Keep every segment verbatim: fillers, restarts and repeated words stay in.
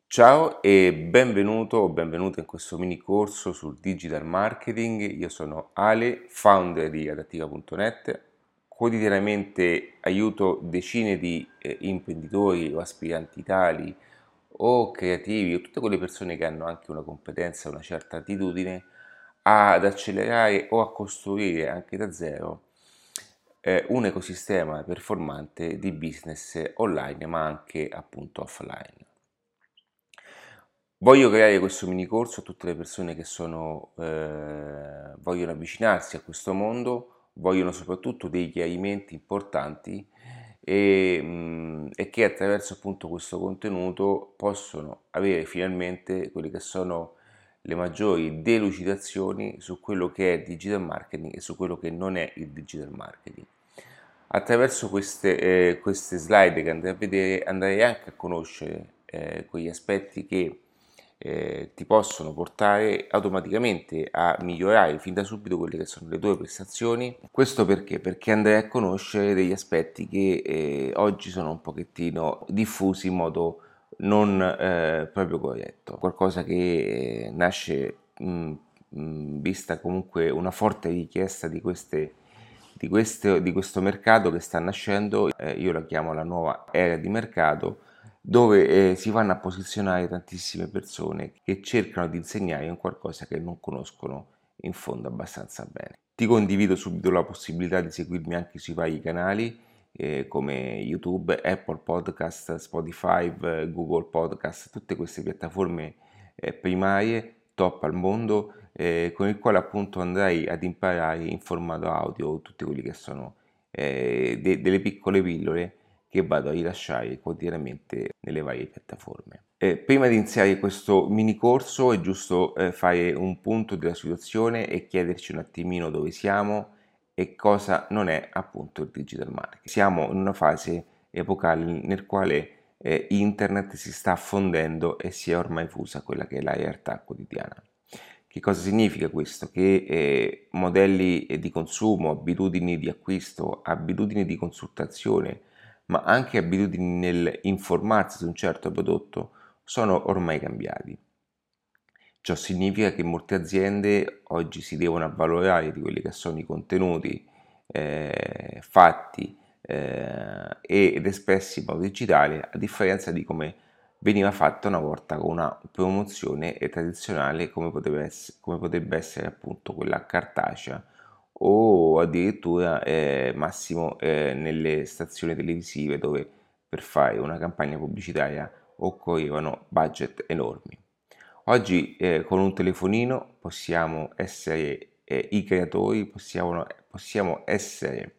Ciao e benvenuto o benvenuta in questo mini corso sul digital marketing. Io sono Ale, founder di adattiva punto net. Quotidianamente aiuto decine di eh, imprenditori o aspiranti tali o creativi o tutte quelle persone che hanno anche una competenza, una certa attitudine ad accelerare o a costruire anche da zero eh, un ecosistema performante di business online ma anche appunto offline. Voglio creare questo mini corso a tutte le persone che sono, eh, vogliono avvicinarsi a questo mondo, vogliono soprattutto dei chiarimenti importanti e, mh, e che attraverso appunto questo contenuto possono avere finalmente quelle che sono le maggiori delucidazioni su quello che è digital marketing e su quello che non è il digital marketing. Attraverso queste, eh, queste slide che andrei a vedere andrei anche a conoscere eh, quegli aspetti che eh, ti possono portare automaticamente a migliorare fin da subito quelle che sono le tue prestazioni. Questo perché? Perché andrai a conoscere degli aspetti che eh, oggi sono un pochettino diffusi in modo non eh, proprio corretto, qualcosa che eh, nasce mh, mh, vista comunque una forte richiesta di queste di, questo, di questo mercato che sta nascendo, eh, io la chiamo la nuova era di mercato, dove eh, si vanno a posizionare tantissime persone che cercano di insegnare un qualcosa che non conoscono in fondo abbastanza bene. Ti condivido subito la possibilità di seguirmi anche sui vari canali eh, come YouTube, Apple Podcast, Spotify, Google Podcast, tutte queste piattaforme eh, primarie top al mondo eh, con il quale appunto andrai ad imparare in formato audio tutte quelle che sono eh, de- delle piccole pillole che vado a rilasciare quotidianamente nelle varie piattaforme. Eh, prima di iniziare questo mini corso è giusto eh, fare un punto della situazione e chiederci un attimino dove siamo e cosa non è appunto il digital marketing. Siamo in una fase epocale nel quale eh, internet si sta affondendo e si è ormai fusa quella che è la realtà quotidiana. Che cosa significa questo? Che eh, modelli di consumo, abitudini di acquisto, abitudini di consultazione, ma anche abitudini nel informarsi su un certo prodotto sono ormai cambiati. Ciò significa che molte aziende oggi si devono avvalorare di quelli che sono i contenuti eh, fatti eh, ed espressi in modo digitale, a differenza di come veniva fatta una volta con una promozione tradizionale come potrebbe essere, come potrebbe essere appunto quella cartacea o addirittura eh, massimo eh, nelle stazioni televisive dove per fare una campagna pubblicitaria occorrevano budget enormi. Oggi eh, con un telefonino possiamo essere eh, i creatori, possiamo, possiamo essere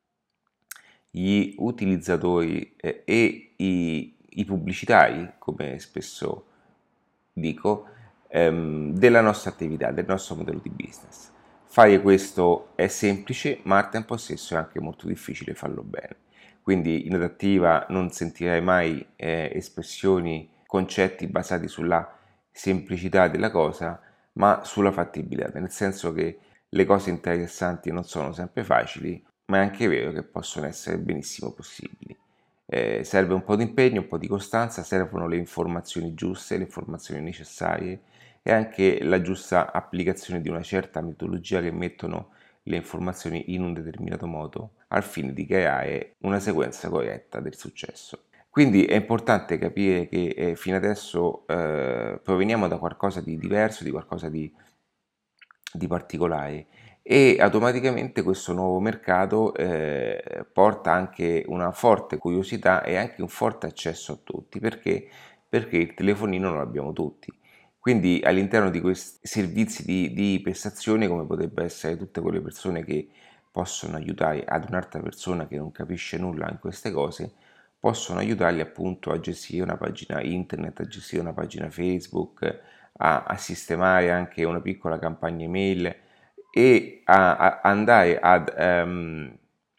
gli utilizzatori eh, e i, i pubblicitari, come spesso dico, ehm, della nostra attività, del nostro modello di business. Fare questo è semplice, ma al tempo stesso è anche molto difficile farlo bene. Quindi in adattiva non sentirai mai eh, espressioni, concetti basati sulla semplicità della cosa, ma sulla fattibilità, nel senso che le cose interessanti non sono sempre facili, ma è anche vero che possono essere benissimo possibili. Eh, serve un po' di impegno, un po' di costanza, servono le informazioni giuste, le informazioni necessarie e anche la giusta applicazione di una certa metodologia che mettono le informazioni in un determinato modo al fine di creare una sequenza corretta del successo. Quindi è importante capire che eh, fino adesso eh, proveniamo da qualcosa di diverso, di qualcosa di, di particolare e automaticamente questo nuovo mercato eh, porta anche una forte curiosità e anche un forte accesso a tutti perché, perché il telefonino non l'abbiamo tutti. Quindi all'interno di questi servizi di, di prestazione, come potrebbe essere tutte quelle persone che possono aiutare ad un'altra persona che non capisce nulla in queste cose, possono aiutarli appunto a gestire una pagina internet, a gestire una pagina Facebook, a, a sistemare anche una piccola campagna email e a, a andare ad, um,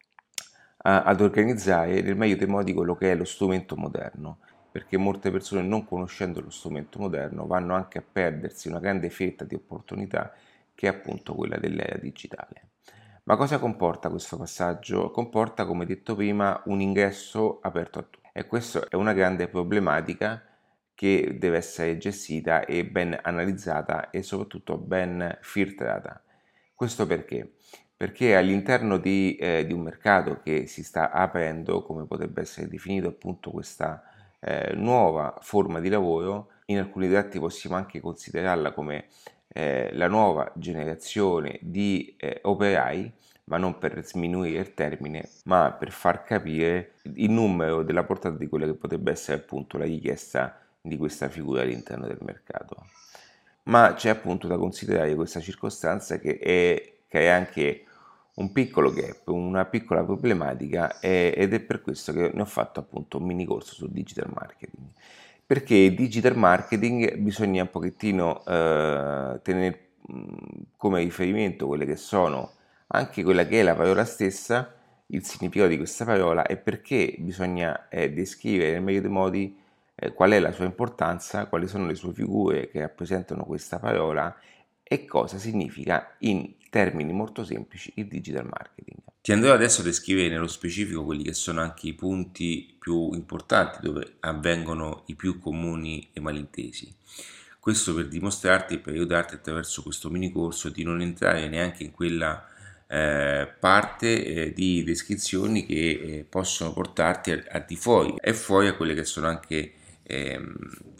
a, ad organizzare nel meglio dei modi quello che è lo strumento moderno, perché molte persone non conoscendo lo strumento moderno vanno anche a perdersi una grande fetta di opportunità che è appunto quella dell'era digitale. Ma cosa comporta questo passaggio? Comporta, come detto prima, un ingresso aperto a tutti e questa è una grande problematica che deve essere gestita e ben analizzata e soprattutto ben filtrata. Questo perché? Perché all'interno di, eh, di un mercato che si sta aprendo, come potrebbe essere definito appunto questa eh, nuova forma di lavoro, in alcuni tratti possiamo anche considerarla come eh, la nuova generazione di eh, operai, ma non per sminuire il termine, ma per far capire il numero della portata di quella che potrebbe essere appunto la richiesta di questa figura all'interno del mercato. Ma c'è appunto da considerare questa circostanza che è, crea anche un piccolo gap, una piccola problematica e, ed è per questo che ne ho fatto appunto un mini corso sul digital marketing. Perché digital marketing bisogna un pochettino eh, tenere mh, come riferimento quelle che sono anche quella che è la parola stessa, il significato di questa parola e perché bisogna eh, descrivere nel meglio dei modi eh, qual è la sua importanza, quali sono le sue figure che rappresentano questa parola e cosa significa in termini molto semplici il digital marketing. Ti andrò adesso a descrivere nello specifico quelli che sono anche i punti più importanti dove avvengono i più comuni e malintesi. Questo per dimostrarti e per aiutarti attraverso questo mini corso di non entrare neanche in quella eh, parte eh, di descrizioni che eh, possono portarti al, al di fuori e fuori a quelle che sono anche ehm,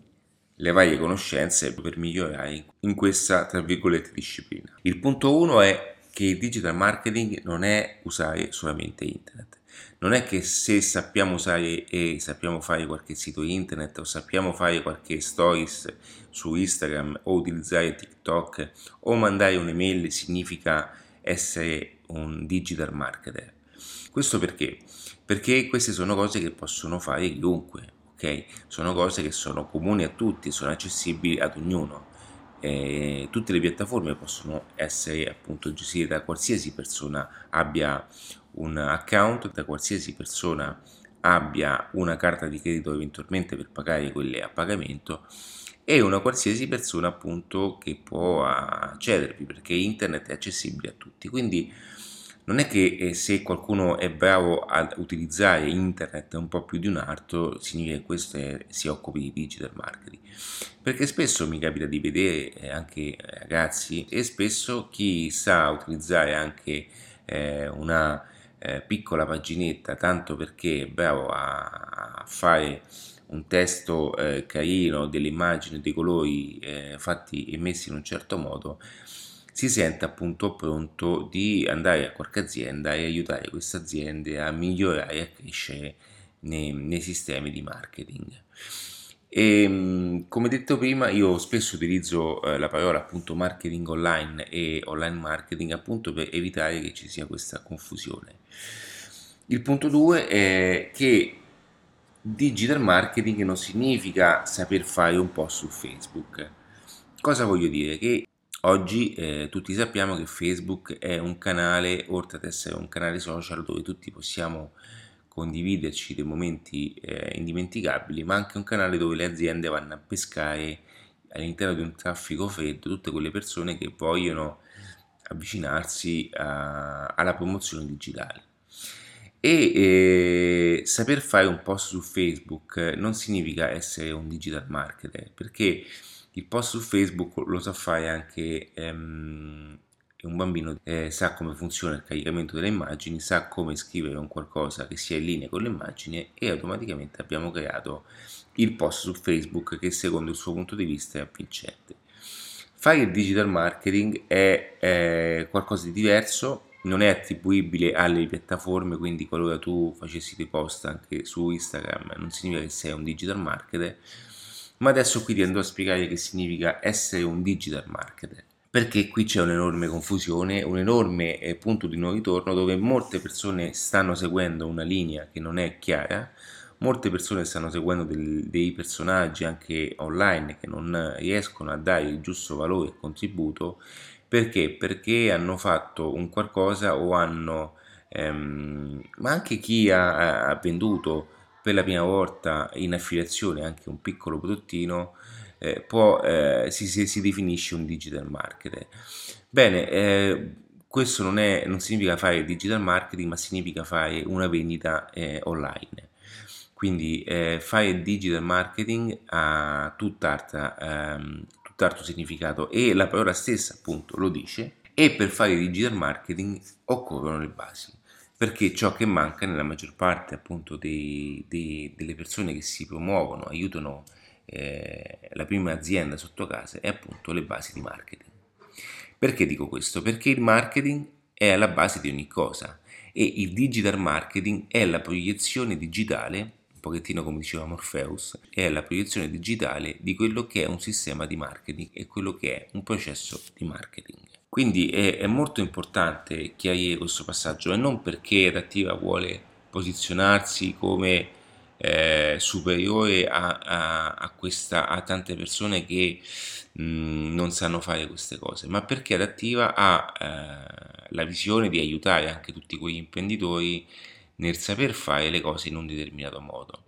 le varie conoscenze per migliorare in questa, tra virgolette, disciplina. Il punto uno è che il digital marketing non è usare solamente internet. Non è che se sappiamo usare e sappiamo fare qualche sito internet o sappiamo fare qualche stories su Instagram o utilizzare TikTok o mandare un'email significa essere un digital marketer. Questo perché? Perché queste sono cose che possono fare chiunque. Okay? Sono cose che sono comuni a tutti, sono accessibili ad ognuno. Eh, tutte le piattaforme possono essere appunto gestite da qualsiasi persona abbia un account, da qualsiasi persona abbia una carta di credito eventualmente per pagare quelle a pagamento e una qualsiasi persona appunto che può accedervi perché internet è accessibile a tutti. Quindi non è che eh, se qualcuno è bravo a utilizzare internet un po' più di un altro, significa che questo è, si occupi di digital marketing. Perché spesso mi capita di vedere eh, anche ragazzi e spesso chi sa utilizzare anche eh, una eh, piccola paginetta tanto perché è bravo a, a fare un testo eh, carino, delle immagini, dei colori eh, fatti e messi in un certo modo, si sente appunto pronto di andare a qualche azienda e aiutare queste aziende a migliorare e a crescere nei, nei sistemi di marketing. E come detto prima, io spesso utilizzo eh, la parola appunto marketing online e online marketing appunto per evitare che ci sia questa confusione. Il punto due è che digital marketing non significa saper fare un post su Facebook. Cosa voglio dire? Che oggi eh, tutti sappiamo che Facebook è un canale, oltre ad essere un canale social dove tutti possiamo condividerci dei momenti eh, indimenticabili, ma anche un canale dove le aziende vanno a pescare all'interno di un traffico freddo tutte quelle persone che vogliono avvicinarsi a, alla promozione digitale. E eh, saper fare un post su Facebook non significa essere un digital marketer, perché il post su Facebook lo sa fare anche ehm, un bambino, eh, sa come funziona il caricamento delle immagini, sa come scrivere un qualcosa che sia in linea con le immagini e automaticamente abbiamo creato il post su Facebook che secondo il suo punto di vista è vincente. Fare il digital marketing è eh, qualcosa di diverso, non è attribuibile alle piattaforme, quindi qualora tu facessi dei post anche su Instagram non significa che sei un digital marketer, ma adesso qui ti andrò a spiegare che significa essere un digital marketer, perché qui c'è un'enorme confusione, un enorme eh, punto di non ritorno dove molte persone stanno seguendo una linea che non è chiara, molte persone stanno seguendo del, dei personaggi anche online che non riescono a dare il giusto valore e contributo. Perché? Perché hanno fatto un qualcosa o hanno, ehm, ma anche chi ha, ha venduto per la prima volta in affiliazione anche un piccolo prodottino, eh, può, eh, si, si, si definisce un digital marketer. Bene, eh, questo non, è, non significa fare digital marketing, ma significa fare una vendita eh, online. Quindi eh, fare digital marketing ha tutt'altra, ehm, tutt'altro significato e la parola stessa appunto lo dice, e per fare digital marketing occorrono le basi, perché ciò che manca nella maggior parte appunto dei- dei- delle persone che si promuovono, aiutano eh, la prima azienda sotto casa, è appunto le basi di marketing. Perché dico questo? Perché il marketing è alla base di ogni cosa e il digital marketing è la proiezione digitale, un pochettino come diceva Morpheus, è la proiezione digitale di quello che è un sistema di marketing e quello che è un processo di marketing. Quindi è, è molto importante chiarire questo passaggio e non perché Adattiva vuole posizionarsi come eh, superiore a, a- a questa, a tante persone che mh, non sanno fare queste cose, ma perché Adattiva ha eh, la visione di aiutare anche tutti quegli imprenditori nel saper fare le cose in un determinato modo.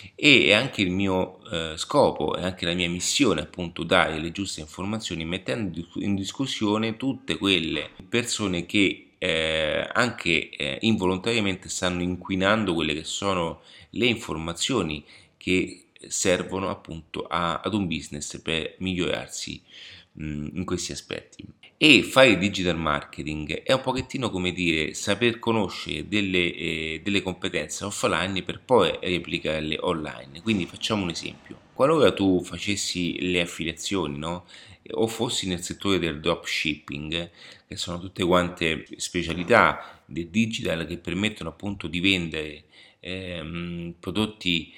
E è anche il mio eh, scopo, è anche la mia missione appunto dare le giuste informazioni mettendo in discussione tutte quelle persone che eh, anche eh, involontariamente stanno inquinando quelle che sono le informazioni che servono appunto a, ad un business per migliorarsi mh, in questi aspetti. E fare digital marketing è un pochettino come dire saper conoscere delle, eh, delle competenze offline per poi replicarle online. Quindi facciamo un esempio. Qualora tu facessi le affiliazioni, no? O fossi nel settore del dropshipping, che sono tutte quante specialità del digital che permettono appunto di vendere ehm, prodotti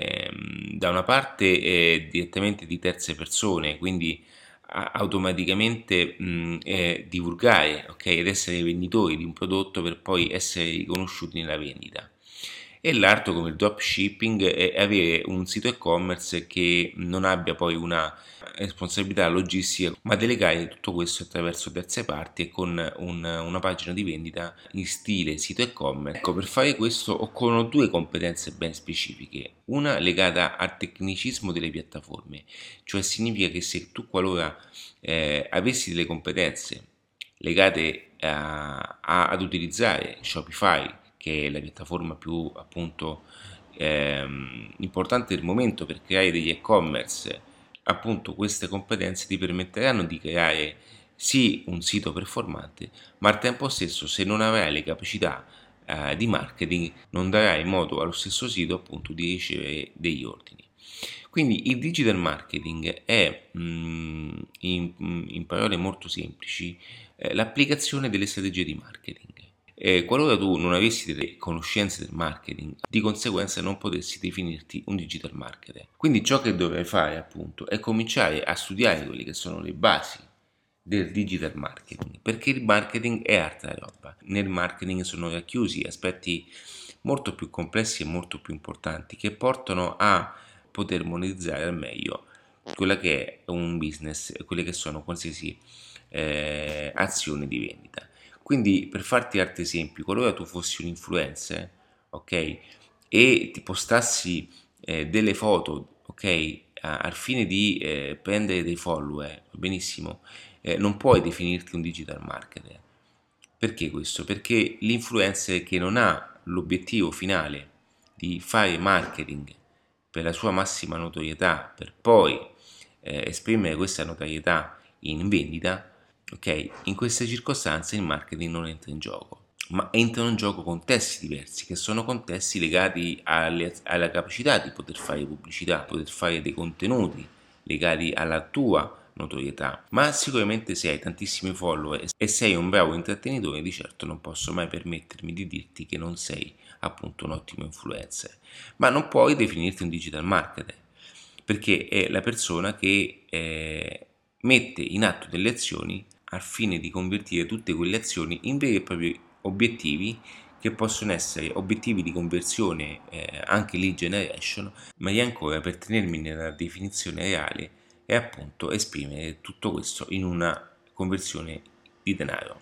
ehm, da una parte eh, direttamente di terze persone, quindi a- automaticamente mh, eh, divulgare, ok, ed essere venditori di un prodotto per poi essere riconosciuti nella vendita. E l'altro come il dropshipping è avere un sito e-commerce che non abbia poi una responsabilità logistica, ma delegare tutto questo attraverso terze parti e con un- una pagina di vendita in stile sito e-commerce. Ecco, per fare questo occorrono due competenze ben specifiche, una legata al tecnicismo delle piattaforme, cioè significa che se tu qualora eh, avessi delle competenze legate a- a- ad utilizzare Shopify, che è la piattaforma più appunto ehm, importante del momento per creare degli e-commerce, appunto queste competenze ti permetteranno di creare sì un sito performante, ma al tempo stesso se non avrai le capacità eh, di marketing non darai modo allo stesso sito appunto di ricevere degli ordini. Quindi il digital marketing è mh, in, in parole molto semplici eh, l'applicazione delle strategie di marketing. Eh, qualora tu non avessi delle conoscenze del marketing, di conseguenza non potessi definirti un digital marketer. Quindi ciò che dovrai fare appunto è cominciare a studiare quelle che sono le basi del digital marketing, perché il marketing è altra roba. Nel marketing sono racchiusi aspetti molto più complessi e molto più importanti che portano a poter monetizzare al meglio quella che è un business, quelle che sono qualsiasi eh, azioni di vendita. Quindi per farti altri esempi, qualora tu fossi un influencer, ok, e ti postassi eh, delle foto, ok, a- al fine di eh, prendere dei follower, benissimo, eh, non puoi definirti un digital marketer. Perché questo? Perché l'influencer che non ha l'obiettivo finale di fare marketing per la sua massima notorietà, per poi eh, esprimere questa notorietà in vendita, ok? In queste circostanze il marketing non entra in gioco, ma entrano in gioco contesti diversi, che sono contesti legati alle- alla capacità di poter fare pubblicità, poter fare dei contenuti legati alla tua notorietà, ma sicuramente se hai tantissimi follower e sei un bravo intrattenitore, di certo non posso mai permettermi di dirti che non sei appunto un ottimo influencer, ma non puoi definirti un digital marketer, perché è la persona che eh, mette in atto delle azioni al fine di convertire tutte quelle azioni in veri e propri obiettivi che possono essere obiettivi di conversione eh, anche lead generation, ma ancora per tenermi nella definizione reale e appunto esprimere tutto questo in una conversione di denaro.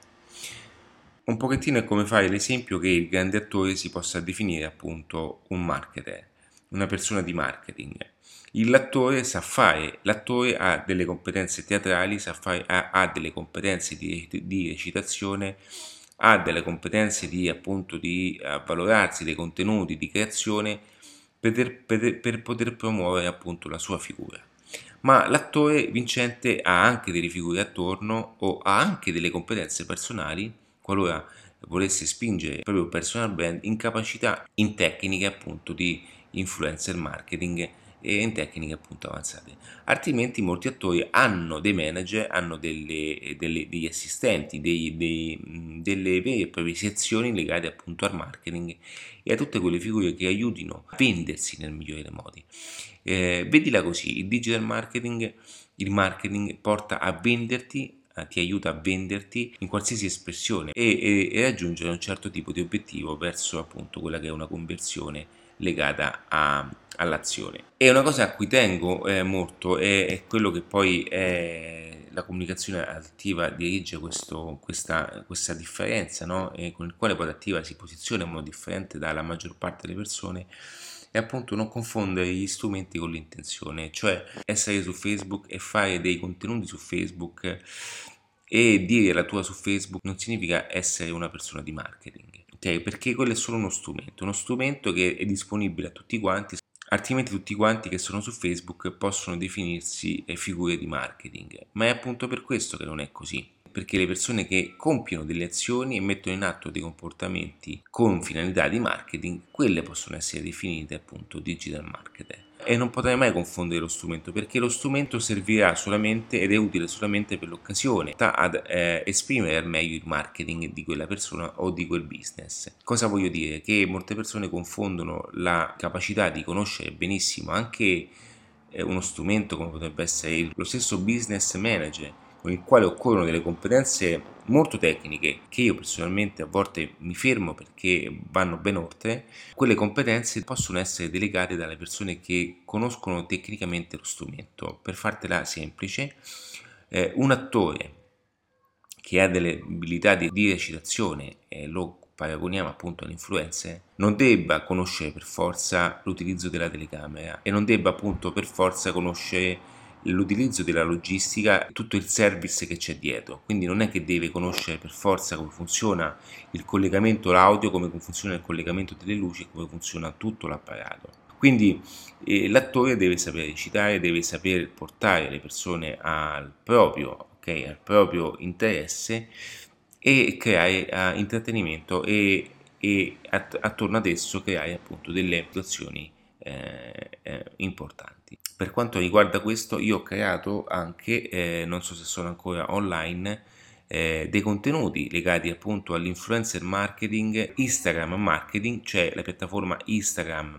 Un pochettino è come fare l'esempio che il grande attore si possa definire appunto un marketer, una persona di marketing. L'attore sa fare, l'attore ha delle competenze teatrali, sa fare, ha, ha delle competenze di, di recitazione, ha delle competenze di appunto di avvalorarsi dei contenuti, di creazione, per, per, per poter promuovere appunto la sua figura. Ma l'attore vincente ha anche delle figure attorno o ha anche delle competenze personali, qualora volesse spingere il proprio personal brand in capacità, in tecniche appunto di influencer marketing e in tecniche appunto avanzate. Altrimenti molti attori hanno dei manager, hanno delle, delle, degli assistenti, dei, dei, delle vere e proprie sezioni legate appunto al marketing e a tutte quelle figure che aiutino a vendersi nel migliore dei modi. Eh, vedila così, il digital marketing, il marketing porta a venderti, eh, ti aiuta a venderti in qualsiasi espressione e, e, e raggiungere un certo tipo di obiettivo verso appunto quella che è una conversione legata a, all'azione. E una cosa a cui tengo eh, molto è, è quello che poi è la comunicazione attiva dirige questo, questa, questa differenza, no? E con il quale poi l'attiva si posiziona in modo differente dalla maggior parte delle persone, è appunto non confondere gli strumenti con l'intenzione, cioè essere su Facebook e fare dei contenuti su Facebook e dire la tua su Facebook non significa essere una persona di marketing, ok? Perché quello è solo uno strumento, uno strumento che è disponibile a tutti quanti, altrimenti tutti quanti che sono su Facebook possono definirsi figure di marketing, ma è appunto per questo che non è così. Perché le persone che compiono delle azioni e mettono in atto dei comportamenti con finalità di marketing, quelle possono essere definite appunto digital marketer. E non potrai mai confondere lo strumento, perché lo strumento servirà solamente ed è utile solamente per l'occasione, ad eh, esprimere al meglio il marketing di quella persona o di quel business. Cosa voglio dire? Che molte persone confondono la capacità di conoscere benissimo anche eh, uno strumento come potrebbe essere lo stesso business manager, con il quale occorrono delle competenze molto tecniche che io personalmente a volte mi fermo perché vanno ben oltre. Quelle competenze possono essere delegate dalle persone che conoscono tecnicamente lo strumento. Per fartela semplice, eh, un attore che ha delle abilità di, di recitazione e lo paragoniamo appunto all'influencer, non debba conoscere per forza l'utilizzo della telecamera e non debba appunto per forza conoscere l'utilizzo della logistica, tutto il service che c'è dietro. Quindi non è che deve conoscere per forza come funziona il collegamento l'audio, come funziona il collegamento delle luci, come funziona tutto l'apparato. Quindi eh, l'attore deve saper recitare, deve saper portare le persone al proprio, okay, al proprio interesse e creare uh, intrattenimento e, e att- attorno ad esso creare appunto delle situazioni eh, eh, importanti. Per quanto riguarda questo, io ho creato anche, eh, non so se sono ancora online, eh, dei contenuti legati appunto all'influencer marketing, Instagram marketing, cioè la piattaforma Instagram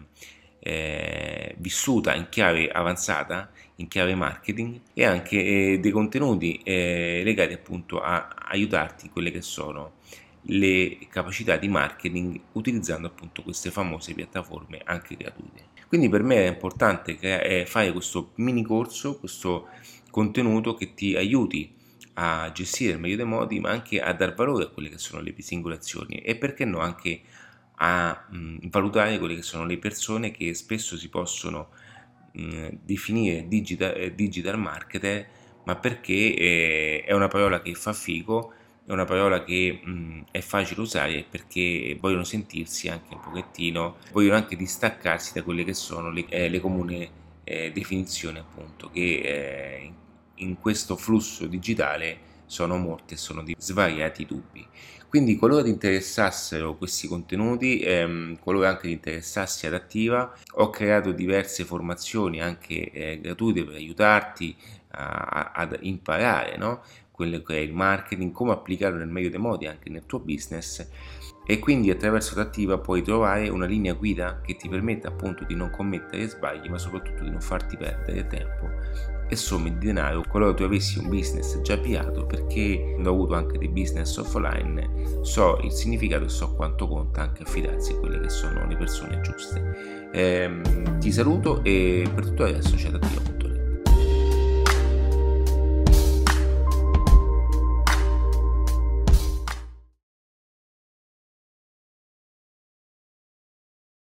eh, vissuta in chiave avanzata, in chiave marketing, e anche eh, dei contenuti eh, legati appunto a aiutarti in quelle che sono le capacità di marketing utilizzando appunto queste famose piattaforme anche gratuite. Quindi per me è importante fare questo mini corso, questo contenuto che ti aiuti a gestire il meglio dei modi, ma anche a dar valore a quelle che sono le singole azioni e perché no anche a mh, valutare quelle che sono le persone che spesso si possono mh, definire digital, digital marketer, ma perché eh, è una parola che fa figo, è una parola che mh, è facile usare perché vogliono sentirsi anche un pochettino, vogliono anche distaccarsi da quelle che sono le, eh, le comuni eh, definizioni appunto che eh, in, in questo flusso digitale sono molte e sono di svariati dubbi. Quindi qualora ti interessassero questi contenuti, ehm, qualora anche ti interessassi ad Attiva, ho creato diverse formazioni anche eh, gratuite per aiutarti a, ad imparare, no? Quello che è il marketing, come applicarlo nel meglio dei modi anche nel tuo business, e quindi attraverso Attiva puoi trovare una linea guida che ti permette appunto di non commettere sbagli, ma soprattutto di non farti perdere tempo e somme di denaro qualora tu avessi un business già avviato, perché ho avuto anche dei business offline, so il significato e so quanto conta anche affidarsi a quelle che sono le persone giuste. Ehm, ti saluto e per tutto adesso c'è da Dio.